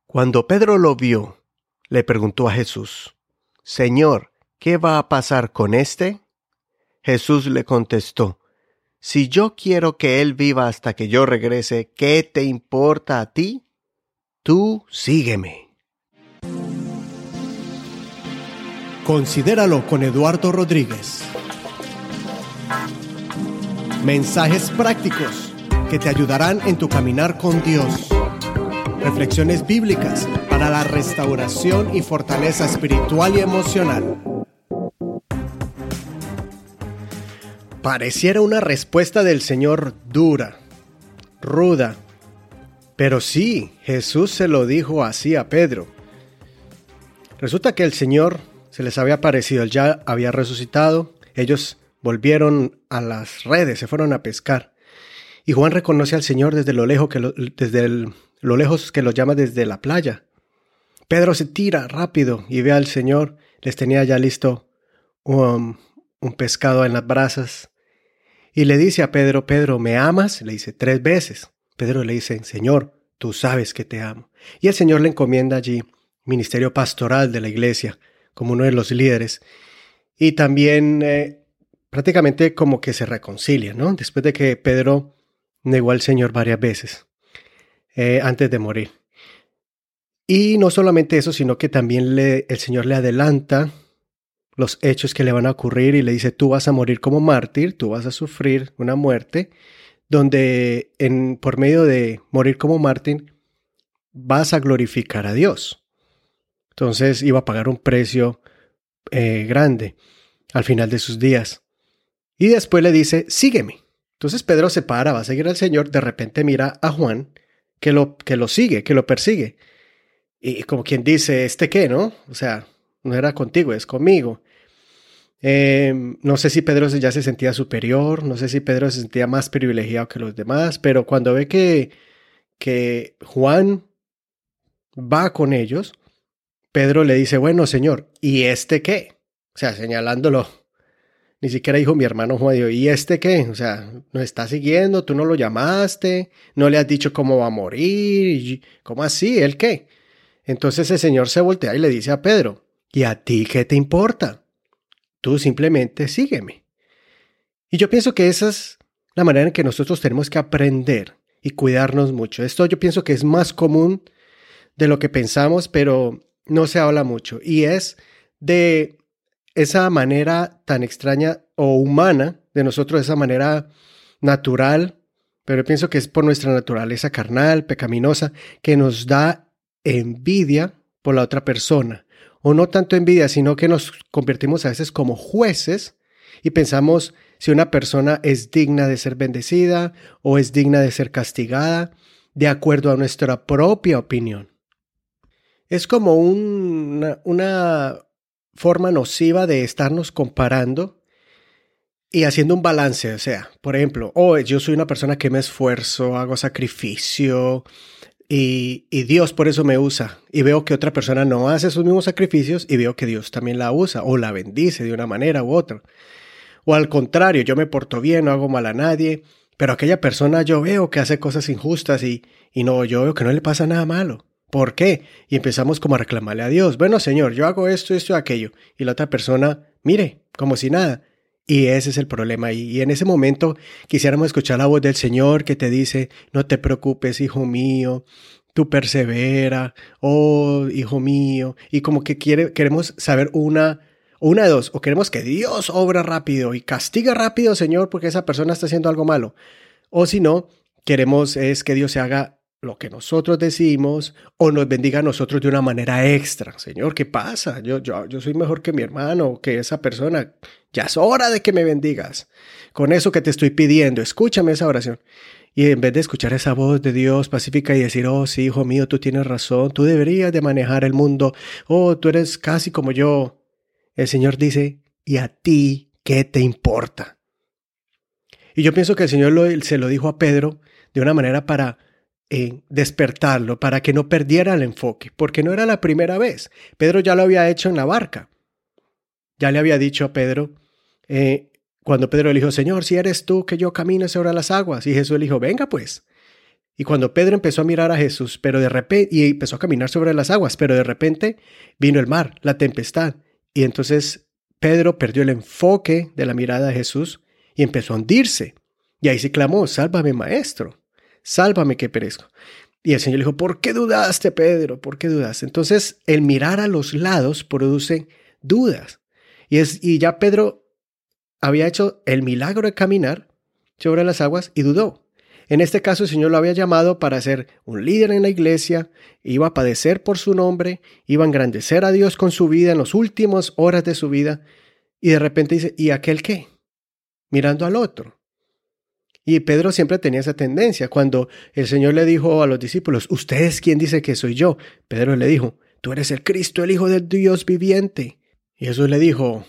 Cuando Pedro lo vio, le preguntó a Jesús: Señor, ¿qué va a pasar con éste? Jesús le contestó: Si yo quiero que él viva hasta que yo regrese, ¿qué te importa a ti? Tú sígueme. Considéralo con Eduardo Rodríguez. Mensajes prácticos que te ayudarán en tu caminar con Dios. Reflexiones bíblicas para la restauración y fortaleza espiritual y emocional. Pareciera una respuesta del Señor dura, ruda, pero sí, Jesús se lo dijo así a Pedro. Resulta que el Señor se les había aparecido, Él ya había resucitado, ellos volvieron a las redes, se fueron a pescar. Y Juan reconoce al Señor desde lo lejos lo lejos que lo llama desde la playa. Pedro se tira rápido y ve al Señor, les tenía ya listo un pescado en las brasas. Y le dice a Pedro: Pedro, ¿me amas? Le dice 3 veces. Pedro le dice: Señor, tú sabes que te amo. Y el Señor le encomienda allí ministerio pastoral de la iglesia, como uno de los líderes. Y también prácticamente como que se reconcilia, ¿no? Después de que Pedro negó al Señor varias veces antes de morir. Y no solamente eso, sino que también el Señor le adelanta los hechos que le van a ocurrir y le dice: tú vas a morir como mártir, tú vas a sufrir una muerte donde por medio de morir como mártir vas a glorificar a Dios. Entonces iba a pagar un precio grande al final de sus días. Y después le dice: sígueme. Entonces Pedro se para, va a seguir al Señor. De repente mira a Juan que lo sigue, que lo persigue. Y como quien dice: ¿este qué, no? O sea, no era contigo, es conmigo. No sé si Pedro ya se sentía superior, no sé si Pedro se sentía más privilegiado que los demás, pero cuando ve que Juan va con ellos, Pedro le dice: bueno, Señor, ¿y este qué? O sea, señalándolo. Ni siquiera dijo mi hermano Juan, dijo: ¿y este qué? O sea, nos está siguiendo, tú no lo llamaste, no le has dicho cómo va a morir, ¿cómo así? ¿Él qué? Entonces el Señor se voltea y le dice a Pedro: ¿y a ti qué te importa? Tú simplemente sígueme. Y yo pienso que esa es la manera en que nosotros tenemos que aprender y cuidarnos mucho. Esto yo pienso que es más común de lo que pensamos, pero no se habla mucho. Y es de esa manera tan extraña o humana de nosotros, esa manera natural, pero yo pienso que es por nuestra naturaleza carnal, pecaminosa, que nos da envidia por la otra persona. O no tanto envidia, sino que nos convertimos a veces como jueces y pensamos si una persona es digna de ser bendecida o es digna de ser castigada de acuerdo a nuestra propia opinión. Es como una forma nociva de estarnos comparando y haciendo un balance. O sea, por ejemplo, yo soy una persona que me esfuerzo, hago sacrificio y Dios por eso me usa. Y veo que otra persona no hace esos mismos sacrificios y veo que Dios también la usa o la bendice de una manera u otra. O al contrario, yo me porto bien, no hago mal a nadie, pero aquella persona yo veo que hace cosas injustas y no, yo veo que no le pasa nada malo. ¿Por qué? Y empezamos como a reclamarle a Dios: bueno, Señor, yo hago esto, esto y aquello. Y la otra persona, mire, como si nada. Y ese es el problema. Y en ese momento quisiéramos escuchar la voz del Señor que te dice: no te preocupes, hijo mío, tú persevera, oh, hijo mío. Y como que queremos saber una de dos: o queremos que Dios obra rápido y castiga rápido, Señor, porque esa persona está haciendo algo malo. O si no, queremos es que Dios se haga lo que nosotros decimos o nos bendiga a nosotros de una manera extra. Señor, ¿qué pasa? Yo soy mejor que mi hermano, que esa persona. Ya es hora de que me bendigas. Con eso que te estoy pidiendo, escúchame esa oración. Y en vez de escuchar esa voz de Dios pacífica y decir: oh, sí, hijo mío, tú tienes razón, tú deberías de manejar el mundo, oh, tú eres casi como yo. El Señor dice: ¿y a ti qué te importa? Y yo pienso que el Señor se lo dijo a Pedro de una manera para despertarlo, para que no perdiera el enfoque, porque no era la primera vez. Pedro ya lo había hecho en la barca. Ya le había dicho a Pedro, cuando Pedro le dijo: Señor, si eres tú, que yo camine sobre las aguas. Y Jesús le dijo: venga pues. Y cuando Pedro empezó a mirar a Jesús, pero de repente, y empezó a caminar sobre las aguas, pero de repente vino el mar, la tempestad. Y entonces Pedro perdió el enfoque de la mirada de Jesús y empezó a hundirse. Y ahí se clamó, sálvame, maestro, sálvame que perezco. Y el Señor le dijo, ¿por qué dudaste, Pedro? ¿Por qué dudaste? Entonces, el mirar a los lados produce dudas. Y ya Pedro había hecho el milagro de caminar sobre las aguas y dudó. En este caso, el Señor lo había llamado para ser un líder en la iglesia, iba a padecer por su nombre, iba a engrandecer a Dios con su vida en las últimas horas de su vida. Y de repente dice, ¿y aquel qué? Mirando al otro. Y Pedro siempre tenía esa tendencia. Cuando el Señor le dijo a los discípulos, ¿ustedes quién dice que soy yo? Pedro le dijo, tú eres el Cristo, el Hijo del Dios viviente. Y Jesús le dijo,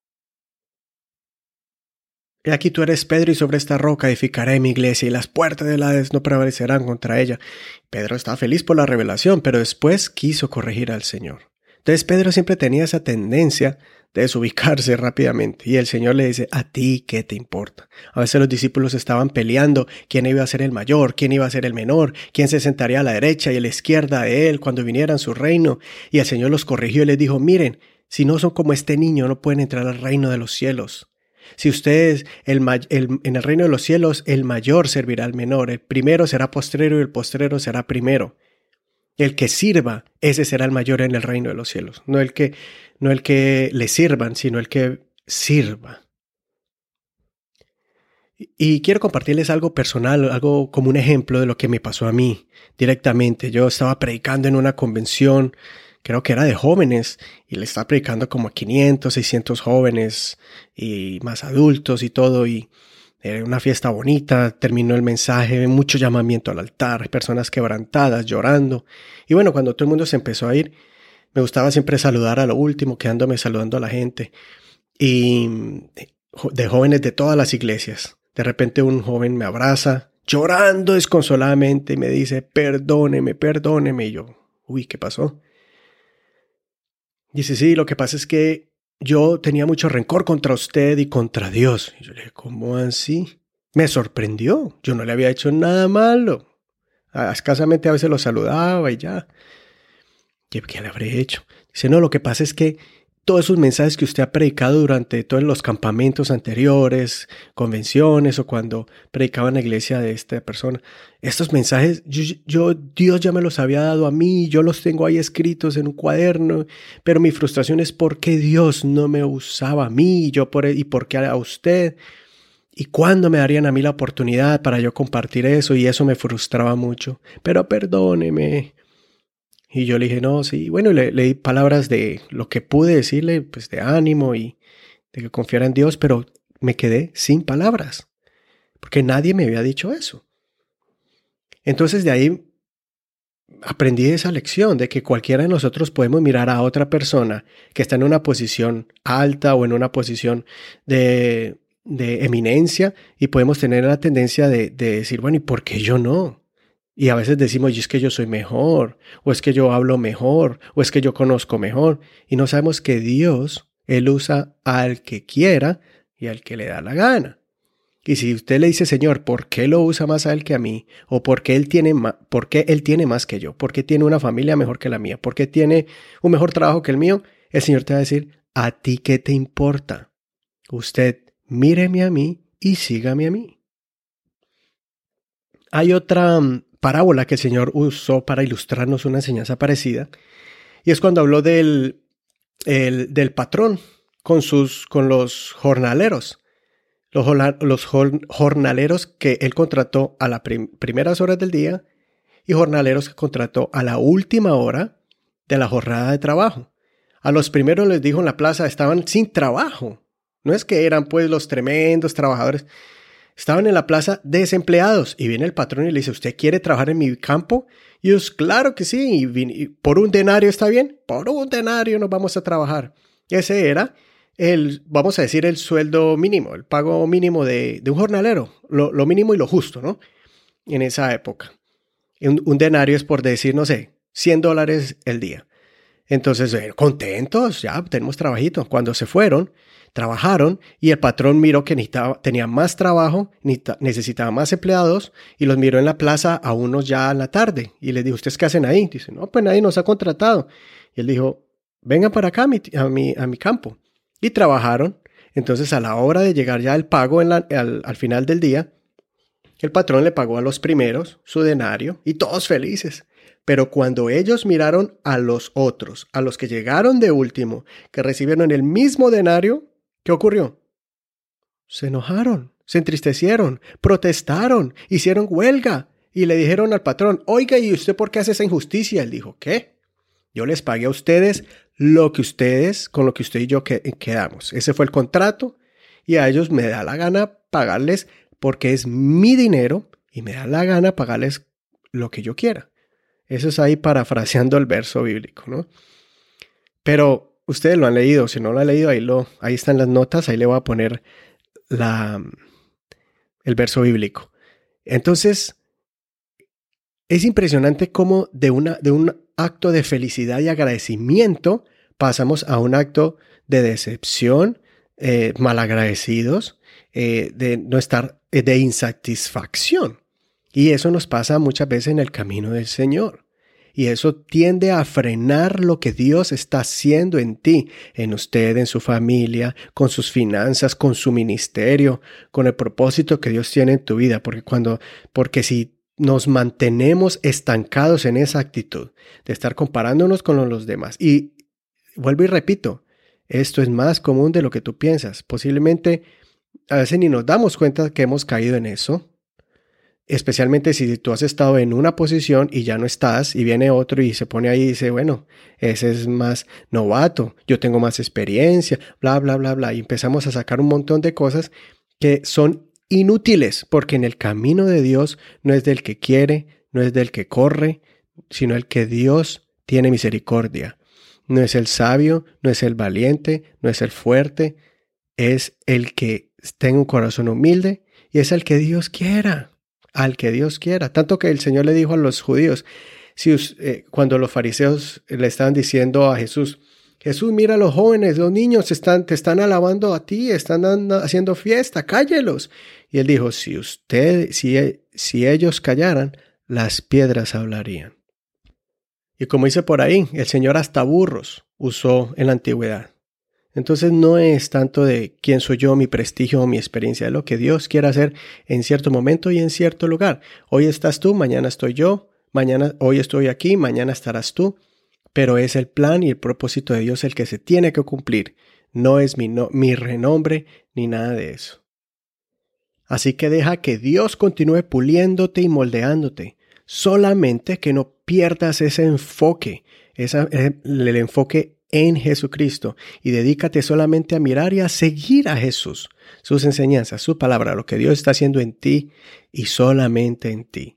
he aquí tú eres Pedro y sobre esta roca edificaré mi iglesia y las puertas del Hades no prevalecerán contra ella. Pedro estaba feliz por la revelación, pero después quiso corregir al Señor. Entonces Pedro siempre tenía esa tendencia de desubicarse rápidamente. Y el Señor le dice, ¿a ti qué te importa? A veces los discípulos estaban peleando quién iba a ser el mayor, quién iba a ser el menor, quién se sentaría a la derecha y a la izquierda de él cuando viniera en su reino. Y el Señor los corrigió y les dijo, miren, si no son como este niño, no pueden entrar al reino de los cielos. Si ustedes, en el reino de los cielos, el mayor servirá al menor, el primero será postrero y el postrero será primero. El que sirva, ese será el mayor en el reino de los cielos. No el que le sirvan, sino el que sirva. Y quiero compartirles algo personal, algo como un ejemplo de lo que me pasó a mí directamente. Yo estaba predicando en una convención, creo que era de jóvenes, y le estaba predicando como a 500, 600 jóvenes y más adultos y todo, y era una fiesta bonita, terminó el mensaje, mucho llamamiento al altar, personas quebrantadas, llorando. Y bueno, cuando todo el mundo se empezó a ir, me gustaba siempre saludar a lo último, quedándome saludando a la gente. Y de jóvenes de todas las iglesias. De repente un joven me abraza, llorando desconsoladamente, y me dice, perdóneme, perdóneme. Y yo, uy, ¿qué pasó? Dice, sí, lo que pasa es que yo tenía mucho rencor contra usted y contra Dios. Y yo le dije, ¿cómo así? Me sorprendió. Yo no le había hecho nada malo. Escasamente a veces lo saludaba y ya. ¿Qué le habré hecho? Dice, no, lo que pasa es que todos esos mensajes que usted ha predicado durante todos los campamentos anteriores, convenciones o cuando predicaba en la iglesia de esta persona, estos mensajes, Dios ya me los había dado a mí, yo los tengo ahí escritos en un cuaderno, pero mi frustración es por qué Dios no me usaba a mí y por qué a usted. ¿Y cuándo me darían a mí la oportunidad para yo compartir eso? Y eso me frustraba mucho. Pero perdóneme. Y yo le dije, no, sí. Bueno, le di palabras de lo que pude decirle, pues de ánimo y de que confiara en Dios, pero me quedé sin palabras, porque nadie me había dicho eso. Entonces de ahí aprendí esa lección de que cualquiera de nosotros podemos mirar a otra persona que está en una posición alta o en una posición de eminencia y podemos tener la tendencia de decir, bueno, ¿y por qué yo no? Y a veces decimos, es que yo soy mejor, o es que yo hablo mejor, o es que yo conozco mejor. Y no sabemos que Dios, Él usa al que quiera y al que le da la gana. Y si usted le dice, Señor, ¿por qué lo usa más a Él que a mí? ¿O por qué Él tiene más que yo? ¿Por qué tiene una familia mejor que la mía? ¿Por qué tiene un mejor trabajo que el mío? El Señor te va a decir, ¿a ti qué te importa? Usted míreme a mí y sígame a mí. Hay otra parábola que el Señor usó para ilustrarnos una enseñanza parecida, y es cuando habló del patrón con los jornaleros. Los jornaleros que él contrató a las primeras horas del día y jornaleros que contrató a la última hora de la jornada de trabajo. A los primeros les dijo en la plaza, estaban sin trabajo. No es que eran pues los tremendos trabajadores. Estaban en la plaza desempleados y viene el patrón y le dice, ¿usted quiere trabajar en mi campo? Y ellos, claro que sí. Y ¿por un denario está bien? Por un denario nos vamos a trabajar. Ese era vamos a decir, el sueldo mínimo, el pago mínimo de un jornalero, lo mínimo y lo justo, ¿no? En esa época. Un denario es por decir, no sé, $100 el día. Entonces, contentos, ya tenemos trabajito. Cuando se fueron, trabajaron y el patrón miró que tenía más trabajo, necesitaba más empleados y los miró en la plaza a unos ya en la tarde. Y les dijo, ¿ustedes qué hacen ahí? Dice, no, pues nadie nos ha contratado. Y él dijo, vengan para acá a mi campo. Y trabajaron. Entonces, a la hora de llegar ya el pago al final del día, el patrón le pagó a los primeros su denario y todos felices. Pero cuando ellos miraron a los otros, a los que llegaron de último, que recibieron el mismo denario, ¿qué ocurrió? Se enojaron, se entristecieron, protestaron, hicieron huelga y le dijeron al patrón, oiga, ¿y usted por qué hace esa injusticia? Él dijo, ¿qué? Yo les pagué a ustedes con lo que usted y yo quedamos. Ese fue el contrato y a ellos me da la gana pagarles porque es mi dinero y me da la gana pagarles lo que yo quiera. Eso es ahí parafraseando el verso bíblico, ¿no? Pero ustedes lo han leído, si no lo han leído, ahí están las notas, ahí le voy a poner el verso bíblico. Entonces, es impresionante cómo de un acto de felicidad y agradecimiento pasamos a un acto de decepción, malagradecidos, de insatisfacción. Y eso nos pasa muchas veces en el camino del Señor. Y eso tiende a frenar lo que Dios está haciendo en ti, en usted, en su familia, con sus finanzas, con su ministerio, con el propósito que Dios tiene en tu vida. Porque si nos mantenemos estancados en esa actitud de estar comparándonos con los demás. Y vuelvo y repito, esto es más común de lo que tú piensas. Posiblemente a veces ni nos damos cuenta que hemos caído en eso. Especialmente si tú has estado en una posición y ya no estás y viene otro y se pone ahí y dice, bueno, ese es más novato, yo tengo más experiencia, bla, bla, bla, bla. Y empezamos a sacar un montón de cosas que son inútiles porque en el camino de Dios no es del que quiere, no es del que corre, sino el que Dios tiene misericordia. No es el sabio, no es el valiente, no es el fuerte, es el que tenga un corazón humilde y es el que Dios quiera. Al que Dios quiera. Tanto que el Señor le dijo a los judíos, cuando los fariseos le estaban diciendo a Jesús, mira a los jóvenes, los niños te están alabando a ti, están haciendo fiesta, cállelos. Y él dijo, si ellos callaran, las piedras hablarían. Y como dice por ahí, el Señor hasta burros usó en la antigüedad. Entonces no es tanto de quién soy yo, mi prestigio o mi experiencia, es lo que Dios quiere hacer en cierto momento y en cierto lugar. Hoy estás tú, mañana estoy yo, hoy estoy aquí, mañana estarás tú, pero es el plan y el propósito de Dios el que se tiene que cumplir. No es mi renombre ni nada de eso. Así que deja que Dios continúe puliéndote y moldeándote, solamente que no pierdas ese enfoque, el enfoque en Jesucristo y dedícate solamente a mirar y a seguir a Jesús, sus enseñanzas, su palabra, lo que Dios está haciendo en ti y solamente en ti.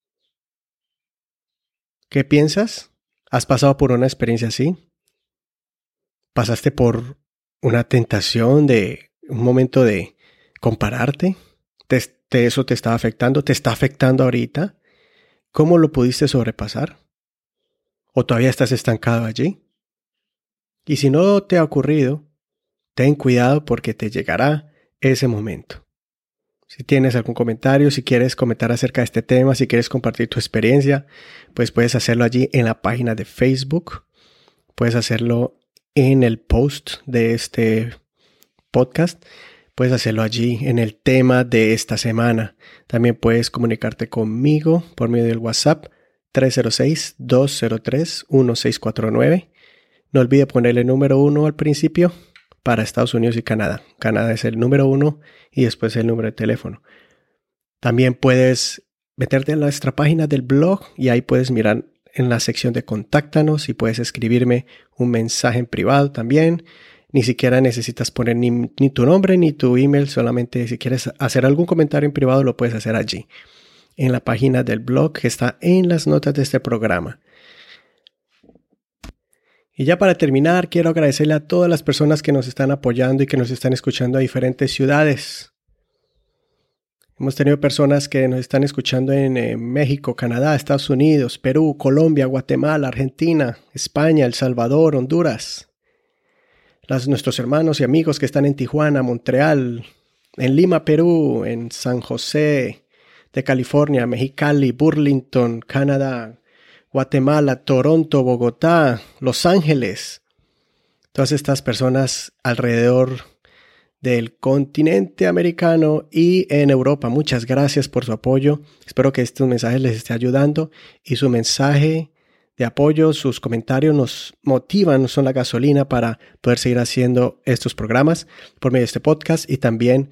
¿Qué piensas? ¿Has pasado por una experiencia así? ¿Pasaste por una tentación de un momento de compararte? ¿Eso te estaba afectando? ¿Te está afectando ahorita? ¿Cómo lo pudiste sobrepasar? ¿O todavía estás estancado allí? Y si no te ha ocurrido, ten cuidado porque te llegará ese momento. Si tienes algún comentario, si quieres comentar acerca de este tema, si quieres compartir tu experiencia, pues puedes hacerlo allí en la página de Facebook. Puedes hacerlo en el post de este podcast. Puedes hacerlo allí en el tema de esta semana. También puedes comunicarte conmigo por medio del WhatsApp 306-203-1649. No olvide ponerle el número 1 al principio para Estados Unidos y Canadá. Canadá es el número 1 y después el número de teléfono. También puedes meterte en nuestra página del blog y ahí puedes mirar en la sección de contáctanos y puedes escribirme un mensaje en privado también. Ni siquiera necesitas poner ni tu nombre ni tu email, solamente si quieres hacer algún comentario en privado lo puedes hacer allí, en la página del blog que está en las notas de este programa. Y ya para terminar, quiero agradecerle a todas las personas que nos están apoyando y que nos están escuchando a diferentes ciudades. Hemos tenido personas que nos están escuchando en México, Canadá, Estados Unidos, Perú, Colombia, Guatemala, Argentina, España, El Salvador, Honduras. Nuestros hermanos y amigos que están en Tijuana, Montreal, en Lima, Perú, en San José de California, Mexicali, Burlington, Canadá, Guatemala, Toronto, Bogotá, Los Ángeles. Todas estas personas alrededor del continente americano y en Europa. Muchas gracias por su apoyo. Espero que estos mensajes les esté ayudando y su mensaje de apoyo, sus comentarios nos motivan, nos son la gasolina para poder seguir haciendo estos programas por medio de este podcast. Y también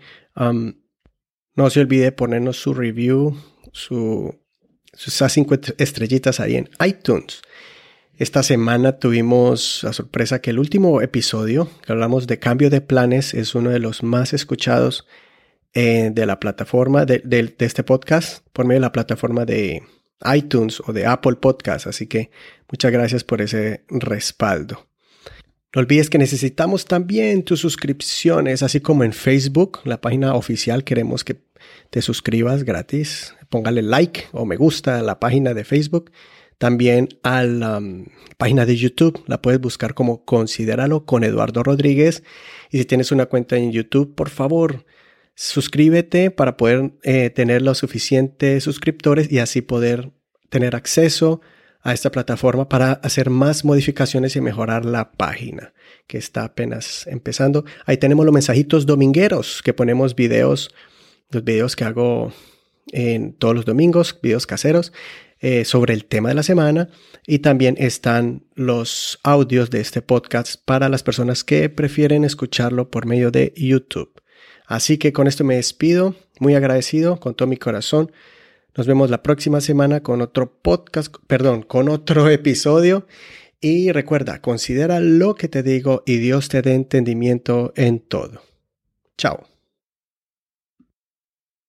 no se olvide ponernos su review, sus 5 estrellitas ahí en iTunes. Esta semana tuvimos la sorpresa que el último episodio, que hablamos de cambio de planes, es uno de los más escuchados de la plataforma de este podcast, por medio de la plataforma de iTunes o de Apple Podcast. Así que muchas gracias por ese respaldo. No olvides que necesitamos también tus suscripciones, así como en Facebook, la página oficial. Queremos que te suscribas gratis. Póngale like o me gusta a la página de Facebook. También a la página de YouTube. La puedes buscar como Considéralo con Eduardo Rodríguez. Y si tienes una cuenta en YouTube, por favor, suscríbete para poder tener los suficientes suscriptores y así poder tener acceso a esta plataforma para hacer más modificaciones y mejorar la página que está apenas empezando. Ahí tenemos los mensajitos domingueros que ponemos videos, los videos que hago en todos los domingos, videos caseros sobre el tema de la semana, y también están los audios de este podcast para las personas que prefieren escucharlo por medio de YouTube. Así que con esto me despido, muy agradecido con todo mi corazón. Nos vemos la próxima semana con otro podcast, con otro episodio. Y recuerda, considera lo que te digo y Dios te dé entendimiento en todo. Chao.